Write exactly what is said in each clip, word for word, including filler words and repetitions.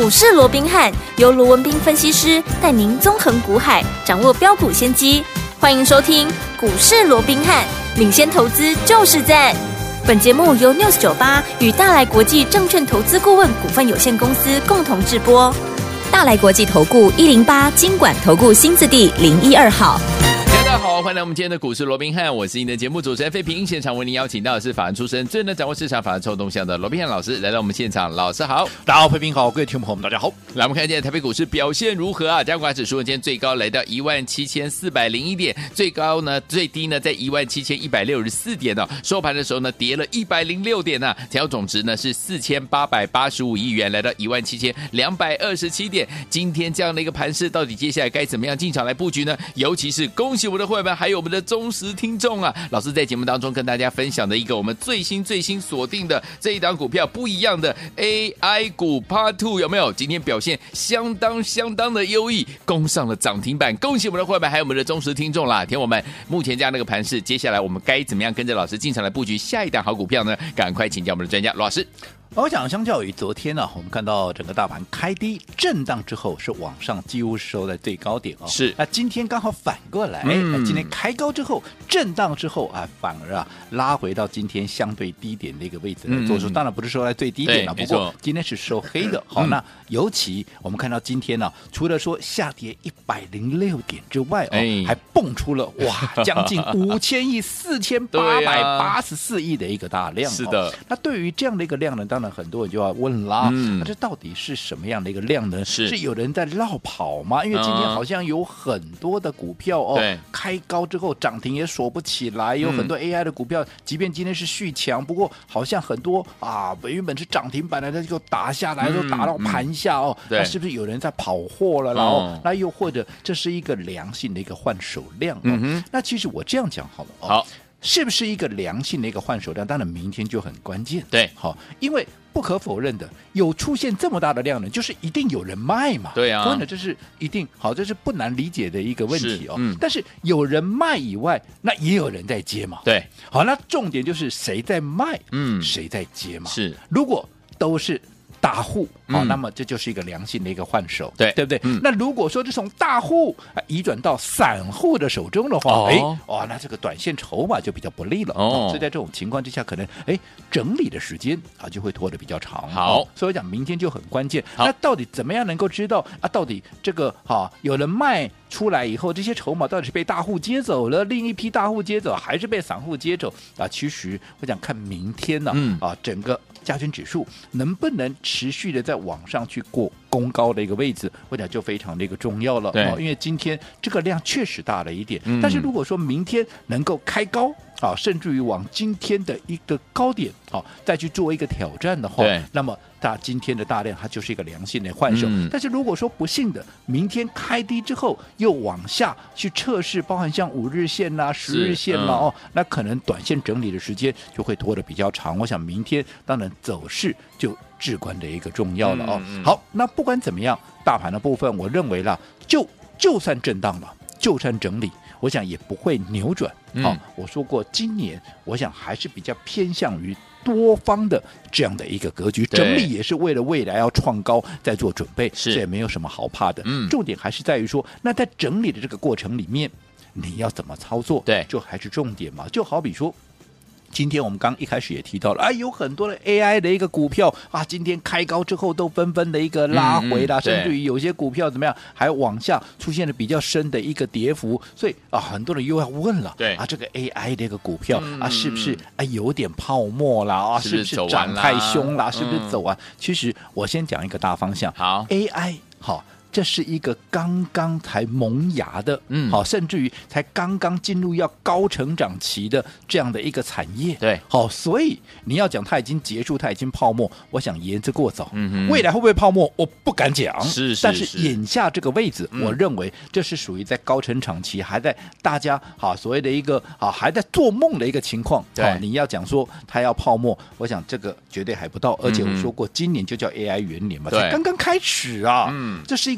市罗宾汉由罗文彬分析师带您纵横股海，掌握标股先机。欢迎收听股市罗宾汉，领先投资就是赞。本节目由 News 九十八与大来国际证券投资顾问股份有限公司共同制播。大来国际投顾一零八金管投顾新字第零一二号。 大家好，欢迎来我们今天的股市罗宾汉，我是您的节目主持人费平。现场为您邀请到的是法案出身、最能掌握市场法案臭动向的罗宾汉老师来到我们现场。老师好。 大家好，费平好，各位听众朋友们大家好。 来，我们看今天台北股市表现如何啊？加权指数今天最高来到一万七千四百零一点，最高呢最低呢在一万七千一百六十四点哦。收盘的时候呢跌了一百零六点啊，成交总值呢是四千八百八十五亿元，来到一万七千两百二十七点。今天这样的一个盘势，到底接下来该怎么样进场来布局呢？尤其是恭喜我们的会员们，还有我们的忠实听众啊！老师在节目当中跟大家分享的一个我们最新最新锁定的这一档股票，不一样的 A I 股 Part 二 有没有？今天表现相当相当的优异，攻上了涨停板，恭喜我们的会员还有我们的忠实听众啦！听我们目前这样的一个盘势，接下来我们该怎么样跟着老师进场来布局下一档好股票呢？赶快请教我们的专家罗老师。 我想相较于昨天呢、啊，我们看到整个大盘开低震荡之后是往上，几乎是收在最高点哦。 是， 那今天刚好反过来，嗯、那今天开高之后震荡之后啊，反而啊拉回到今天相对低点的一个位置来做出，嗯、当然不是收在最低点了，不过今天是收黑的。好，那尤其我们看到今天呢、啊，除了说下跌一百零六点之外哦，哎、还蹦出了哇将近五千亿、四千八百八十四亿的一个大量、哦。 是的， 那对于这样的一个量呢，当然很多人就要问啦， 嗯、 那这到底是什么样的一个量呢？ 是, 是有人在绕跑吗？因为今天好像有很多的股票哦， 嗯、 开高之后涨停也锁不起来，有很多 A I 的股票，即便今天是续强，不过好像很多啊，原本是涨停板的，它就打下来，都、嗯、打到盘下哦。 嗯、 那是不是有人在跑货了？然后、哦，那又或者这是一个良性的一个换手量、哦？嗯哼。那其实我这样讲好了、哦， 好。 是不是一个良性的一个换手量？当然，明天就很关键。 对， 好，因为不可否认的，有出现这么大的量呢，就是一定有人卖嘛。 对啊， 所以呢，这是一定好，这是不难理解的一个问题哦。 嗯、 但是有人卖以外，那也有人在接嘛。 对， 好，那重点就是谁在卖， 嗯， 谁在接嘛。 是， 如果都是大户，好、 嗯， 那么这就是一个良性的一个换手， 对对不对？ 嗯、 那如果说是从大户、啊、移转到散户的手中的话，哎、哦，哦，那这个短线筹码就比较不利了。 哦， 所以在这种情况之下，可能哎整理的时间啊就会拖得比较长。 好， 哦、所以我讲明天就很关键。 好， 那到底怎么样能够知道啊？到底这个哈、啊、有人卖出来以后，这些筹码到底是被大户接走了，另一批大户接走，还是被散户接走啊？其实我想看明天呢、啊，嗯、啊整个加权指数能不能持续的在往上去过攻高的一个位置，我讲就非常的一个重要了。哦，因为今天这个量确实大了一点，嗯、但是如果说明天能够开高啊，甚至于往今天的一个高点啊再去做一个挑战的话，那么它今天的大量它就是一个良性的换手。嗯、但是如果说不幸的明天开低之后又往下去测试，包含像五日线啦、十日线啦、嗯、哦，那可能短线整理的时间就会拖得比较长。我想明天当然走势就至关的一个重要了哦。嗯嗯好，那不管怎么样，大盘的部分，我认为啦，就就算震荡了，就算整理，我想也不会扭转。好、嗯哦，我说过，今年我想还是比较偏向于多方的这样的一个格局，整理也是为了未来要创高在做准备， 是， 这也没有什么好怕的。 嗯， 重点还是在于说，那在整理的这个过程里面，你要怎么操作？ 对， 就还是重点嘛。就好比说，今天我们刚一开始也提到了，哎，有很多的 A I 的一个股票啊，今天开高之后都纷纷的一个拉回啦，嗯嗯、甚至于有些股票怎么样，还往下出现了比较深的一个跌幅，所以啊，很多人又要问了， 对啊，这个 A I 的一个股票、 嗯、 啊，是不是啊有点泡沫啦？啊，是不是涨太凶啦？是不是走完？嗯、其实我先讲一个大方向， 好 ，A I 好。这是一个刚刚才萌芽的， 嗯， 好，甚至于才刚刚进入要高成长期的这样的一个产业， 对， 好，所以你要讲它已经结束，它已经泡沫，我想言之过早。 嗯哼， 未来会不会泡沫，我不敢讲， 是是， 但是眼下这个位置， 嗯、 我认为这是属于在高成长期，还在大家好所谓的一个好还在做梦的一个情况。 对， 你要讲说它要泡沫，我想这个绝对还不到，而且我说过，今年就叫 A I 元年嘛，才刚刚开始啊， 嗯， 这是一个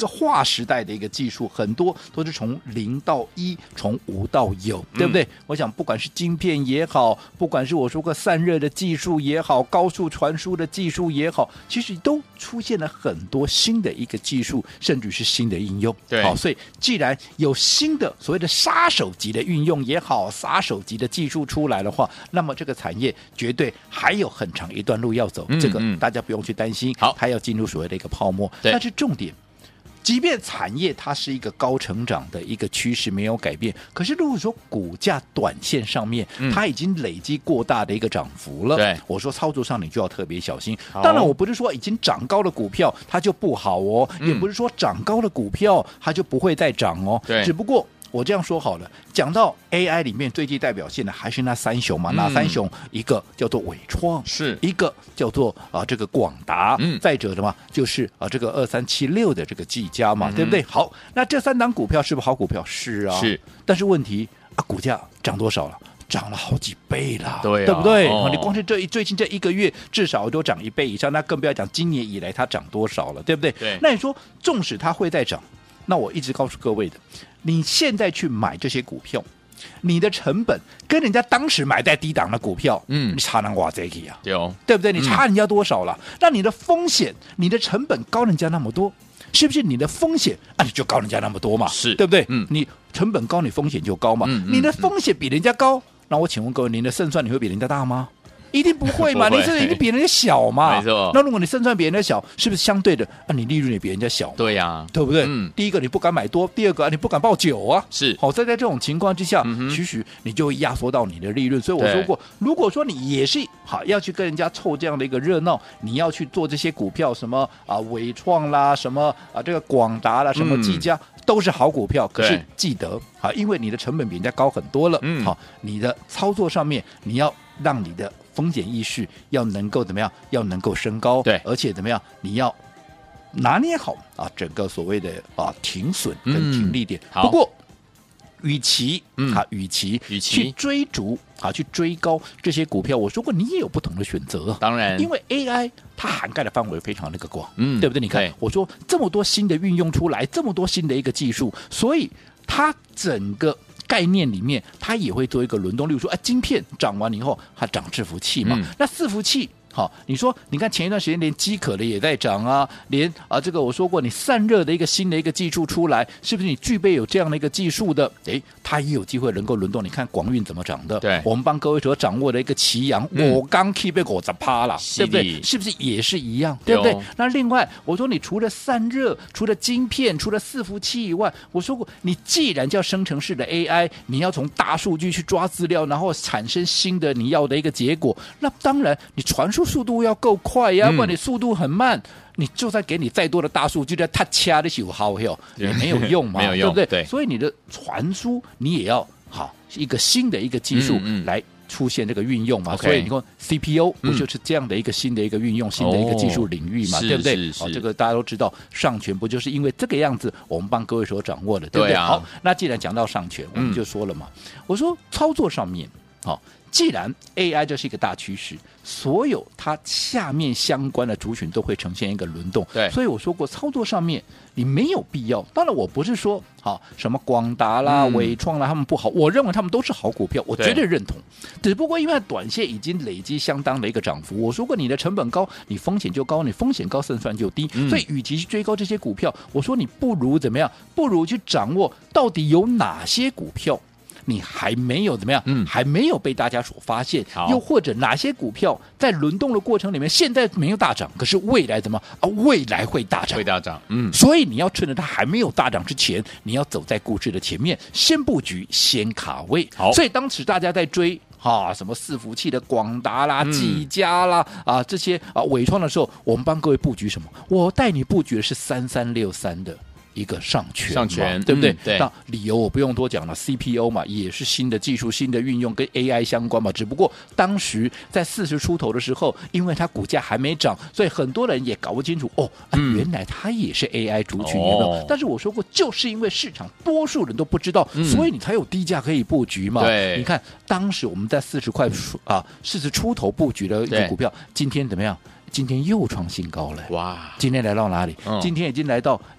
个划时代的一个技术，很多都是从零到一，从无到有，对不对？嗯、我想不管是晶片也好，不管是我说过散热的技术也好，高速传输的技术也好，其实都出现了很多新的一个技术，甚至是新的应用。 对， 好，所以既然有新的所谓的杀手级的运用也好，杀手级的技术出来的话，那么这个产业绝对还有很长一段路要走，嗯、这个大家不用去担心。好，它要进入所谓的一个泡沫，但是重点。即便产业它是一个高成长的一个趋势没有改变，可是如果说股价短线上面、嗯、它已经累积过大的一个涨幅了， 对， 我说操作上你就要特别小心。当然我不是说已经涨高的股票它就不好哦、嗯、也不是说涨高的股票它就不会再涨哦， 对， 只不过我这样说好了，讲到 A I 里面最具代表性的还是那三雄嘛，嗯、那三雄一个叫做伟创， 是一个叫做啊这个广达，嗯、再者的嘛就是啊这个二三七六的这个技嘉嘛，嗯、对不对？好，那这三档股票是不是好股票？是啊， 是。 但是问题啊，股价涨多少了？涨了好几倍了， 对、啊， 对不对？ 哦、 你光是这一最近这一个月至少都涨一倍以上，那更不要讲今年以来它涨多少了，对不对？ 对。 那你说，纵使它会再涨，那我一直告诉各位的。你现在去买这些股票，你的成本跟人家当时买在低档的股票，嗯，你差能哇这个呀，对不对？你差人家多少了？嗯、那你的风险，你的成本高人家那么多，是不是？你的风险啊，你就高人家那么多嘛， 是对不对？ 嗯， 你成本高，你风险就高嘛。嗯嗯、你的风险比人家高，那我请问各位，您的胜算你会比人家大吗？一定不会嘛，你这一定比人家小嘛， 没错。 那如果你胜算比人家小，是不是相对的啊？你利润也比人家小？ 对呀、啊， 对不对？ 嗯， 第一个你不敢买多，第二个、啊、你不敢报九啊。 是， 好，在在这种情况之下， 嗯、 其实你就会压缩到你的利润。所以我说过，如果说你也是好要去跟人家凑这样的一个热闹，你要去做这些股票，什么啊伟创啦，什么啊这个广达啦，什么技嘉。嗯都是好股票，可是记得啊，因为你的成本比人家高很多了，嗯，好，你的操作上面你要让你的风险意识要能够怎么样？要能够升高， 对， 而且怎么样？你要拿捏好啊，整个所谓的啊停损跟停利点。 嗯、 不过，与其、 嗯、 啊，与其与其去追逐啊，去追高这些股票，我说过你也有不同的选择， 当然， 因为 A I。它涵盖的范围非常那个广， 嗯， 对不对？你看，我说这么多新的运用出来，这么多新的一个技术，所以它整个概念里面，它也会做一个轮动。例如说，啊，晶片涨完以后，它涨伺服器嘛，嗯、那伺服器。好，你说，你看前一段时间连机可的也在涨啊，连啊这个我说过，你散热的一个新的一个技术出来，是不是你具备有这样的一个技术的？哎，它也有机会能够轮动。你看广运怎么涨的？ 对， 我们帮各位所掌握的一个奇阳，嗯、我刚 keep 被我砸趴了，对不对？是不是也是一样？对不对？那另外，我说你除了散热，除了晶片，除了伺服器以外，我说过，你既然叫生成式的 A I， 你要从大数据去抓资料，然后产生新的你要的一个结果，那当然你传输速度要够快呀，要不然你速度很慢，嗯、你就算给你再多的大数据，在它掐的有好有也没有用嘛， 没有用， 对不对？ 对， 所以你的传输你也要好一个新的一个技术来出现这个运用嘛。嗯嗯所以你看 C P U 不就是这样的一个新的一个运用，嗯、新的一个技术领域嘛， 哦、 对不对？ 是是是哦，这个大家都知道，上权不就是因为这个样子，我们帮各位所掌握的，对不对？ 对啊、 好，那既然讲到上权，我们就说了嘛，嗯、我说操作上面，好、哦。既然 A I 这是一个大趋势，所有它下面相关的族群都会呈现一个轮动。 对， 所以我说过，操作上面你没有必要。当然，我不是说好什么广达啦、嗯、伟创啦，他们不好，我认为他们都是好股票，我绝对认同。只不过因为短线已经累积相当的一个涨幅，我说过你的成本高，你风险就高，你风险高胜算就低。嗯、所以，与其去追高这些股票，我说你不如怎么样？不如去掌握到底有哪些股票。你还没有怎么样、嗯、还没有被大家所发现，又或者哪些股票在轮动的过程里面现在没有大涨，可是未来怎么啊？未来会大涨， 会大涨。嗯， 所以你要趁着它还没有大涨之前，你要走在故事的前面，先布局，先卡位。 好， 所以当时大家在追啊什么伺服器的广达啦、技嘉啦、嗯、啊这些啊伟创的时候，我们帮各位布局什么？我带你布局的是三三六三的。一个上权， 上权对不对？ 嗯、对。 那理由我不用多讲了 ，C P U 嘛，也是新的技术、新的运用，跟 A I 相关嘛。只不过当时在四十出头的时候，因为它股价还没涨，所以很多人也搞不清楚哦，啊嗯、原来它也是 A I 族群，有没有？哦、但是我说过，就是因为市场多数人都不知道，嗯、所以你才有低价可以布局嘛。 对， 你看当时我们在四十块啊，四十出头布局的一个股票，今天怎么样？今天又创新高了。哇！今天来到哪里？嗯、今天已经来到哎。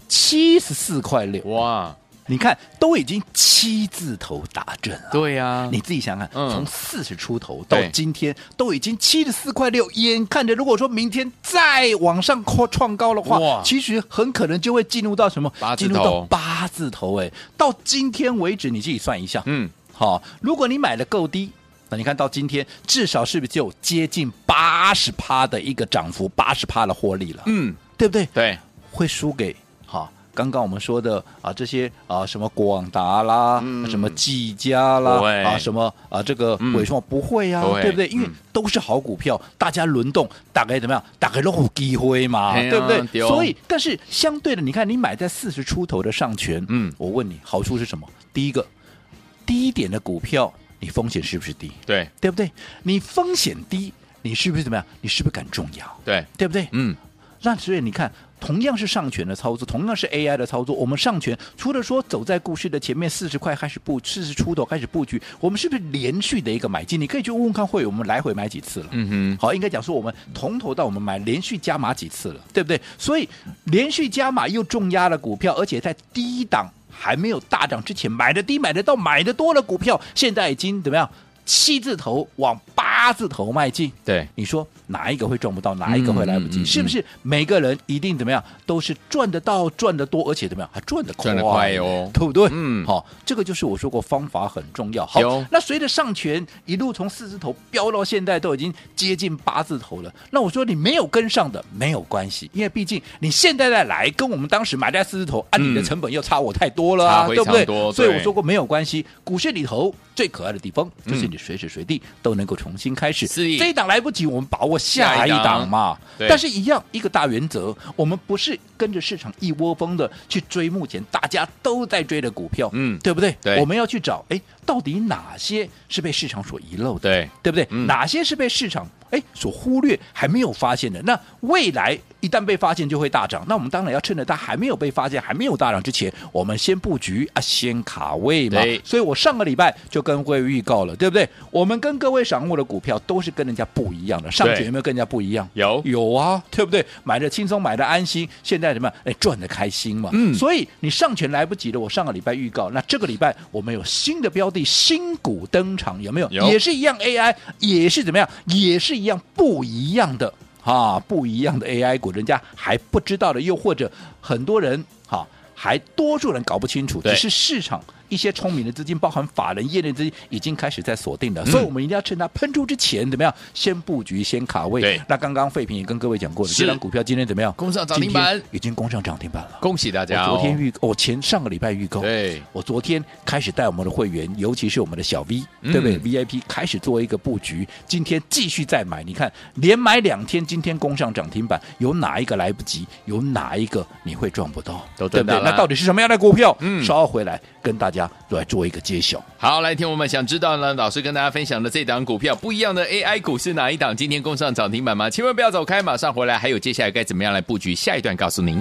七十四块六， 哇！ 你看，都已经七字头打正了。 对呀、啊， 你自己想想， 嗯、 从四十出头到今天，都已经七十四块六。眼看着，如果说明天再往上创高的话，其实很可能就会进入到什么？进入到八字头。哎，到今天为止，你自己算一下。嗯，好，如果你买的够低，那你看到今天至少是不是就有接近八十趴的一个涨幅，八十趴的获利了？嗯，对不对？ 对， 会输给好。刚刚我们说的啊，这些啊什么广达啦，嗯、什么技嘉啦，啊什么啊这个伟创、嗯、不会啊，对不对？因为都是好股票，大家轮动，大概怎么样？大概都有机会嘛， 哎、 对不对？对所以，但是相对的，你看你买在四十出头的上权，嗯，我问你，好处是什么？第一个，低一点的股票，你风险是不是低？ 对， 对不对？你风险低，你是不是怎么样？你是不是敢重压？ 对， 对不对？ 嗯， 那所以你看。同样是上权的操作，同样是 A I 的操作，我们上权除了说走在故事的前面四十块开始布，四十出头开始布局，我们是不是连续的一个买进？你可以去问问看会我们来回买几次了？嗯哼，好，应该讲说我们从头到我们买连续加码几次了，对不对？所以连续加码又重压了股票，而且在低档还没有大涨之前，买的低买的到买的多的股票，现在已经怎么样？七字头往八字头迈进， 对， 你说哪一个会赚不到，哪一个会来不及？嗯嗯嗯、是不是每个人一定怎么样，都是赚得到、赚得多，而且怎么样，还赚得快， 赚得快哦， 对不对？ 嗯， 好，这个就是我说过方法很重要。好，那随着上权一路从四字头飙到现在，都已经接近八字头了。那我说你没有跟上的没有关系，因为毕竟你现在再来跟我们当时买在四字头，按、啊、你的成本又差我太多了啊， 嗯、 对不对？ 对所以我说过没有关系，股市里头最可爱的地方就是你随时随地都能够重新开始。这一档来不及，我们把握下一档嘛。但是一样一个大原则，我们不是跟着市场一窝蜂的去追目前大家都在追的股票，嗯，对不对？ 对， 我们要去找，哎，到底哪些是被市场所遗漏的？ 对， 对不对？ 嗯、 哪些是被市场哎所忽略还没有发现的？那未来一旦被发现就会大涨，那我们当然要趁着它还没有被发现、还没有大涨之前，我们先布局啊，先卡位嘛。所以我上个礼拜就跟各位预告了，对不对？我们跟各位掌握的股票都是跟人家不一样的，上权有没有跟人家不一样？ 有有啊，对不对？买的轻松，买的安心，现在什么？哎，赚的开心嘛。嗯，所以你上权来不及了，我上个礼拜预告，那这个礼拜我们有新的标的、新股登场，有没有？ 有， 也是一样 A I， 也是怎么样？也是一样不一样的啊，不一样的 A I 股，人家还不知道的，又或者很多人哈、啊，还多数人搞不清楚，只是市场一些聪明的资金，包含法人业内资金，已经开始在锁定了、嗯，所以我们一定要趁它喷出之前，怎么样？先布局，先卡位。 对， 那刚刚废品也跟各位讲过了，这张股票今天怎么样？ 攻上涨停板， 已经攻上涨停板了， 恭喜大家、哦！ 我昨天预，我前上个礼拜预告， 对， 我昨天开始带我们的会员，尤其是我们的小 V，、嗯、对不对 ？V I P 开始做一个布局，今天继续再买，你看连买两天，今天攻上涨停板，有哪一个来不及？有哪一个你会赚不到？ 都对不对？ 那到底是什么样的股票？嗯，稍后回来跟大家来做一个揭晓。 好，来听我们想知道呢，老师跟大家分享的这档股票不一样的 A I 股是哪一档？今天攻上涨停板吗？千万不要走开，马上回来，还有接下来该怎么样来布局？下一段告诉您。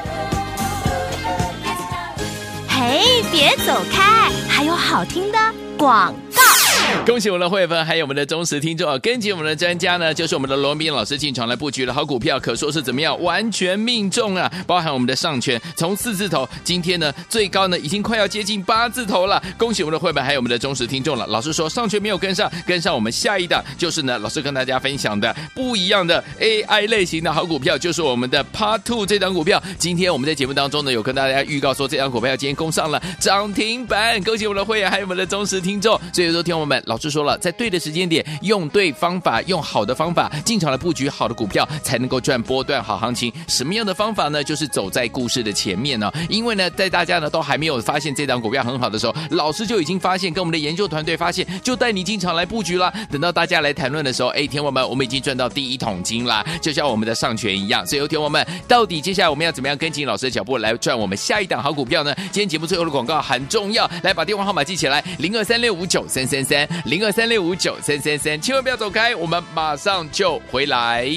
嘿，别走开，还有好听的广告。 恭喜我们的会员还有我们的忠实听众啊！跟紧我们的专家呢，就是我们的罗文彬老师进场来布局的好股票，可说是怎么样完全命中啊！包含我们的上权从四字头，今天呢最高呢已经快要接近八字头了。恭喜我们的会员还有我们的忠实听众了。老师说上权没有跟上，跟上我们下一档就是呢，老师跟大家分享的不一样的 A I 类型的好股票，就是我们的 Part 二 这档股票。今天我们在节目当中呢有跟大家预告说，这档股票今天攻上了涨停板。恭喜我们的会员还有我们的忠实听众。所以说，听我们老师说了，在对的时间点，用对方法，用好的方法进场来布局好的股票，才能够赚波段好行情。什么样的方法呢？就是走在故事的前面呢。因为呢，在大家呢都还没有发现这档股票很好的时候，老师就已经发现，跟我们的研究团队发现，就带你进场来布局啦。等到大家来谈论的时候，哎，天王们，我们已经赚到第一桶金啦，就像我们的上权一样。所以，天王们，到底接下来我们要怎么样跟紧老师的脚步来赚我们下一档好股票呢？今天节目最后的广告很重要，来把电话号码记起来：零二三六五九三三三，零二三六五九三三三，千万不要走开，我们马上就回来。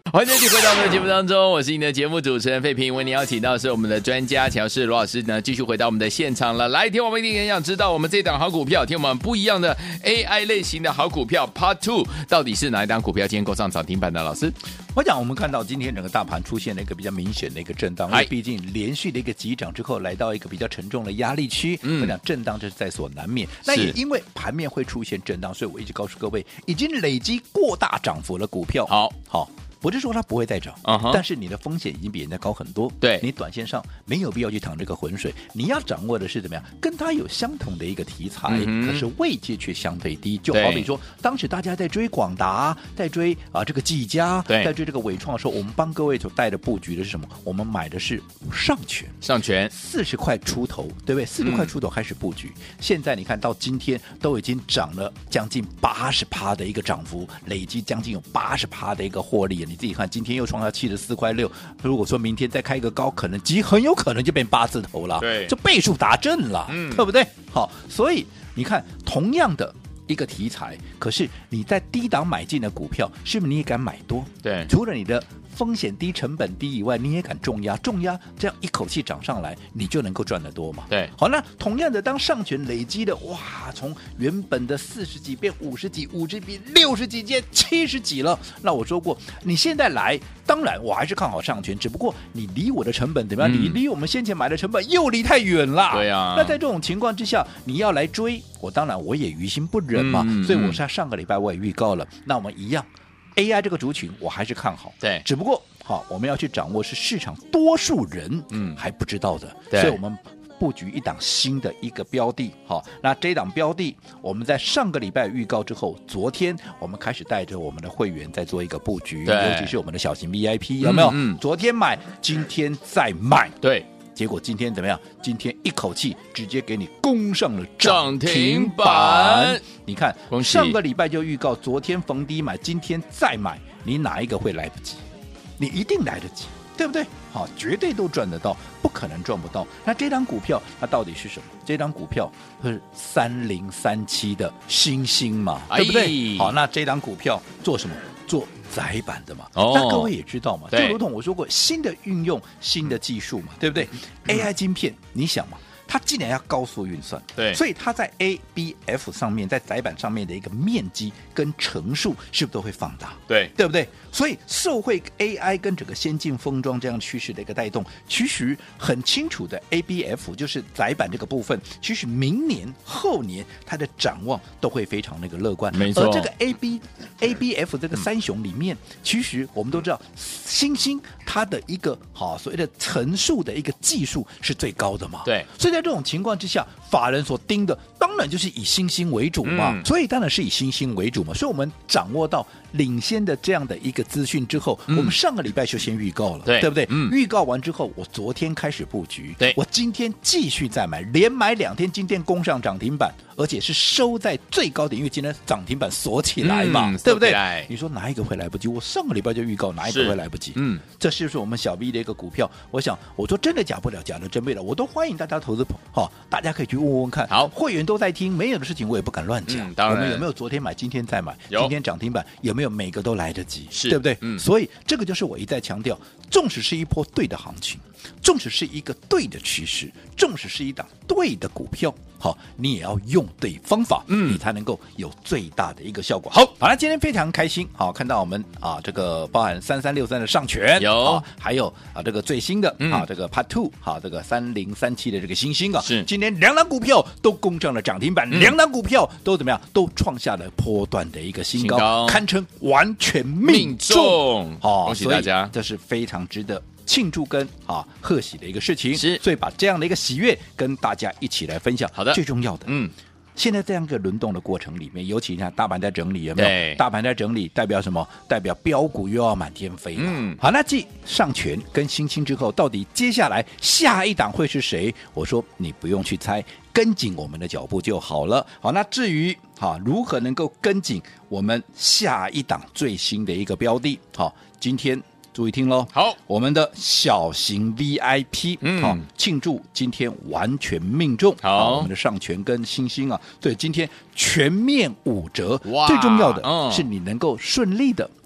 欢迎继续回到我们的节目当中，我是你的节目主持人费平，为您邀请到的是我们的专家乔氏罗老师呢，继续回到我们的现场了。来，听我们一定很想知道，我们这档好股票，听我们不一样的 A I 类型的好股票 Part Two 到底是哪一档股票今天攻上涨停板的？老师， 我讲我们看到今天整个大盘出现了一个比较明显的一个震荡，因为毕竟连续的一个急涨之后，来到一个比较沉重的压力区，嗯、我讲震荡这是在所难免。那也因为盘面会出现震荡，所以我一直告诉各位，已经累积过大涨幅的股票， 好好。不是说它不会再涨， uh-huh. 但是你的风险已经比人家高很多。 对， 你短线上没有必要去淌这个浑水。你要掌握的是怎么样，跟它有相同的一个题材，嗯、可是位阶却相对低。就好比说，当时大家在追广达，在追啊这个技嘉，在追这个伟创的时候，我们帮各位所带的布局的是什么？我们买的是上权， 上权四十块出头，对不对？四十块出头开始布局，嗯、现在你看到今天都已经涨了将近八十趴的一个涨幅，累积将近有八十趴的一个获利。你自己看，今天又创下七十四块六。如果说明天再开一个高，可能极很有可能就变八字头了， 对， 就倍数达阵了，嗯、对不对？好，所以你看，同样的一个题材，可是你在低档买进的股票，是不是你也敢买多？ 对， 除了你的风险低、成本低以外，你也敢重压，重压这样一口气涨上来，你就能够赚得多嘛？ 对， 好，那同样的，当上权累积的哇，从原本的四十几变五十几，五十几六十几，变七十几了。那我说过，你现在来，当然我还是看好上权，只不过你离我的成本怎么样？嗯、你离我们先前买的成本又离太远了。 对啊。 那在这种情况之下，你要来追，我当然我也于心不忍嘛。嗯、所以我是上个礼拜我也预告了，那我们一样。A I 这个族群我还是看好， 对， 只不过好，我们要去掌握是市场多数人嗯还不知道的，所以我们布局一档新的一个标的。好，那这一档标的我们在上个礼拜预告之后，昨天我们开始带着我们的会员在做一个布局，尤其是我们的小型 V I P 有没有？嗯嗯、昨天买，今天再买， 对。 结果今天怎么样？今天一口气直接给你攻上了涨停板。 你看，上个礼拜就预告，昨天逢低买，今天再买，你哪一个会来不及？你一定来得及，对不对？好，绝对都赚得到，不可能赚不到。那这张股票它到底是什么？这张股票是三零三七的星星嘛，对不对？好，那这张股票做什么？做载板的嘛，哦、那各位也知道嘛，就如同我说过，新的运用、新的技术嘛，对不对、嗯、？A I 晶片，你想嘛，它既然要高速运算， 对， 所以它在 A B F 上面，在载板上面的一个面积跟乘数，是不是都会放大？ 对， 对不对？所以受惠 A I 跟整个先进封装这样趋势的一个带动，其实很清楚的 A B F 就是载板这个部分，其实明年后年它的展望都会非常那个乐观。 没错， 而这个 A B A B F 这个三雄里面，嗯、其实我们都知道，星星它的一个好所谓的乘数的一个技术是最高的嘛。 对， 所以在这种情况之下，法人所盯的当然就是以星星为主嘛。嗯、所以当然是以星星为主嘛。所以我们掌握到领先的这样的一个资讯之后，嗯、我们上个礼拜就先预告了， 对， 对不对？ 嗯、 预告完之后，我昨天开始布局， 对， 我今天继续再买，连买两天，今天攻上涨停板，而且是收在最高点，因为今天涨停板锁起来嘛，嗯、对不对？你说哪一个会来不及？我上个礼拜就预告，哪一个会来不及？嗯，这是不是我们小 V 的一个股票？我想，我说真的假不了，假的真不了，我都欢迎大家投资，好、哦，大家可以去问问看。 好， 会员都在听，没有的事情我也不敢乱讲。 嗯、当然， 我们有没有昨天买，今天再买？今天涨停板有没有每个都来得及？ 是， 对不对？ 嗯， 所以这个就是我一再强调，纵使是一波对的行情，纵使是一个对的趋势，纵使是一档对的股票，好，你也要用对方法，嗯，你才能够有最大的一个效果。好，好了，今天非常开心，好，看到我们啊这个包含三三六三的上权有、 啊，还有啊这个最新的、嗯、啊这个 Part Two 好这个三零三七的这个星星啊， 是今天两档股票都攻上了涨停板，两、嗯、档股票都怎么样？都创下了波段的一个新高，新高堪称完全命中， 好、哦，恭喜大家， 这是非常值得庆祝跟啊贺喜的一个事情， 是， 所以把这样的一个喜悦跟大家一起来分享。 好的， 最重要的，嗯。现在这样一个轮动的过程里面，尤其你看大盘在整理，有没有？大盘在整理代表什么？代表标股又要满天飞了。嗯，好，那继上权跟星星之后，到底接下来下一档会是谁？我说你不用去猜，跟紧我们的脚步就好了。好，那至于好如何能够跟紧我们下一档最新的一个标的，好，今天。注意听咯， 好， 我们的小型 V I P， 嗯， 好，庆祝今天完全命中， 好， 我们的上权跟星星啊，对，今天全面五折，最重要的是你能够顺利的，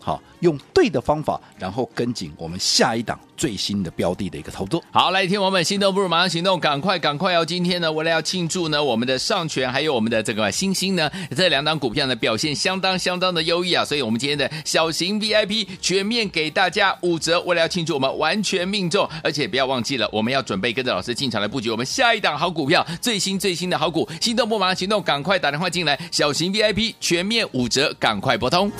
好，用对的方法，然后跟紧我们下一档最新的标的的一个操作。 好，来，听我们心动不如马上行动，赶快赶快哦！今天呢，为了要庆祝呢，我们的上权还有我们的这个星星呢，这两档股票呢表现相当相当的优异啊，所以我们今天的小型 V I P 全面给大家五折，为了要庆祝我们完全命中，而且不要忘记了，我们要准备跟着老师进场来布局我们下一档好股票，最新最新的好股，心动不马上行动，赶快打电话进来，小型 V I P 全面五折，赶快拨通。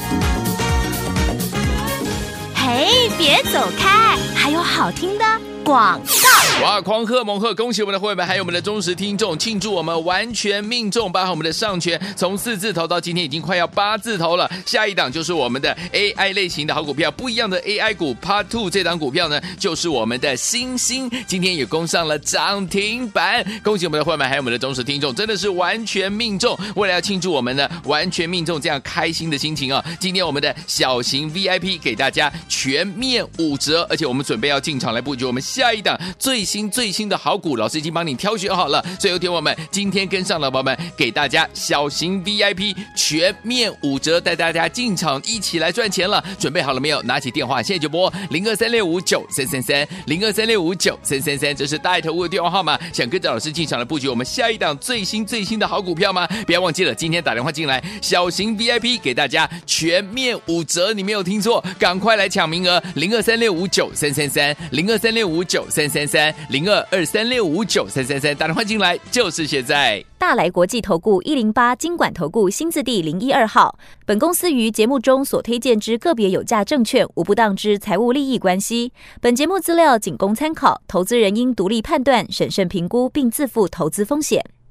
嘿，别走开，还有好听的广告。 哇，狂贺猛贺，恭喜我们的会员们还有我们的忠实听众，庆祝我们完全命中，包含我们的上权从四字头到今天已经快要八字头了。下一档就是我们的 A I 类型的好股票，不一样的 A I 股 Part 二 这档股票呢，就是我们的星星，今天也攻上了涨停板。恭喜我们的会员们还有我们的忠实听众，真的是完全命中。为了要庆祝我们呢完全命中这样开心的心情啊，今天我们的小型 V I P 给大家全面五折，而且我们准备要进场来布局我们下一档最新最新的好股，老师已经帮你挑选好了，所以有听我们今天跟上了宝宝们，给大家小型 V I P 全面五折，带大家进场一起来赚钱了。准备好了没有？拿起电话现在就拨零二三六五九三三三零二三六五九三三三，这是大爱投顾的电话号码。想跟着老师进场来布局我们下一档最新最新的好股票吗？不要忘记了，今天打电话进来，小型 V I P 给大家全面五折，你没有听错，赶快来抢名额，零二三六五九三三三零二三六五九三三三零二二三六五九三三三，打电话进来就是现在。 大来国际投顾一零八金管投顾新字第零一二号，本公司于节目中所推荐之个别有价证券无不当之财务利益关系，本节目资料仅供参考，投资人应独立判断、审慎评估并自负投资风险。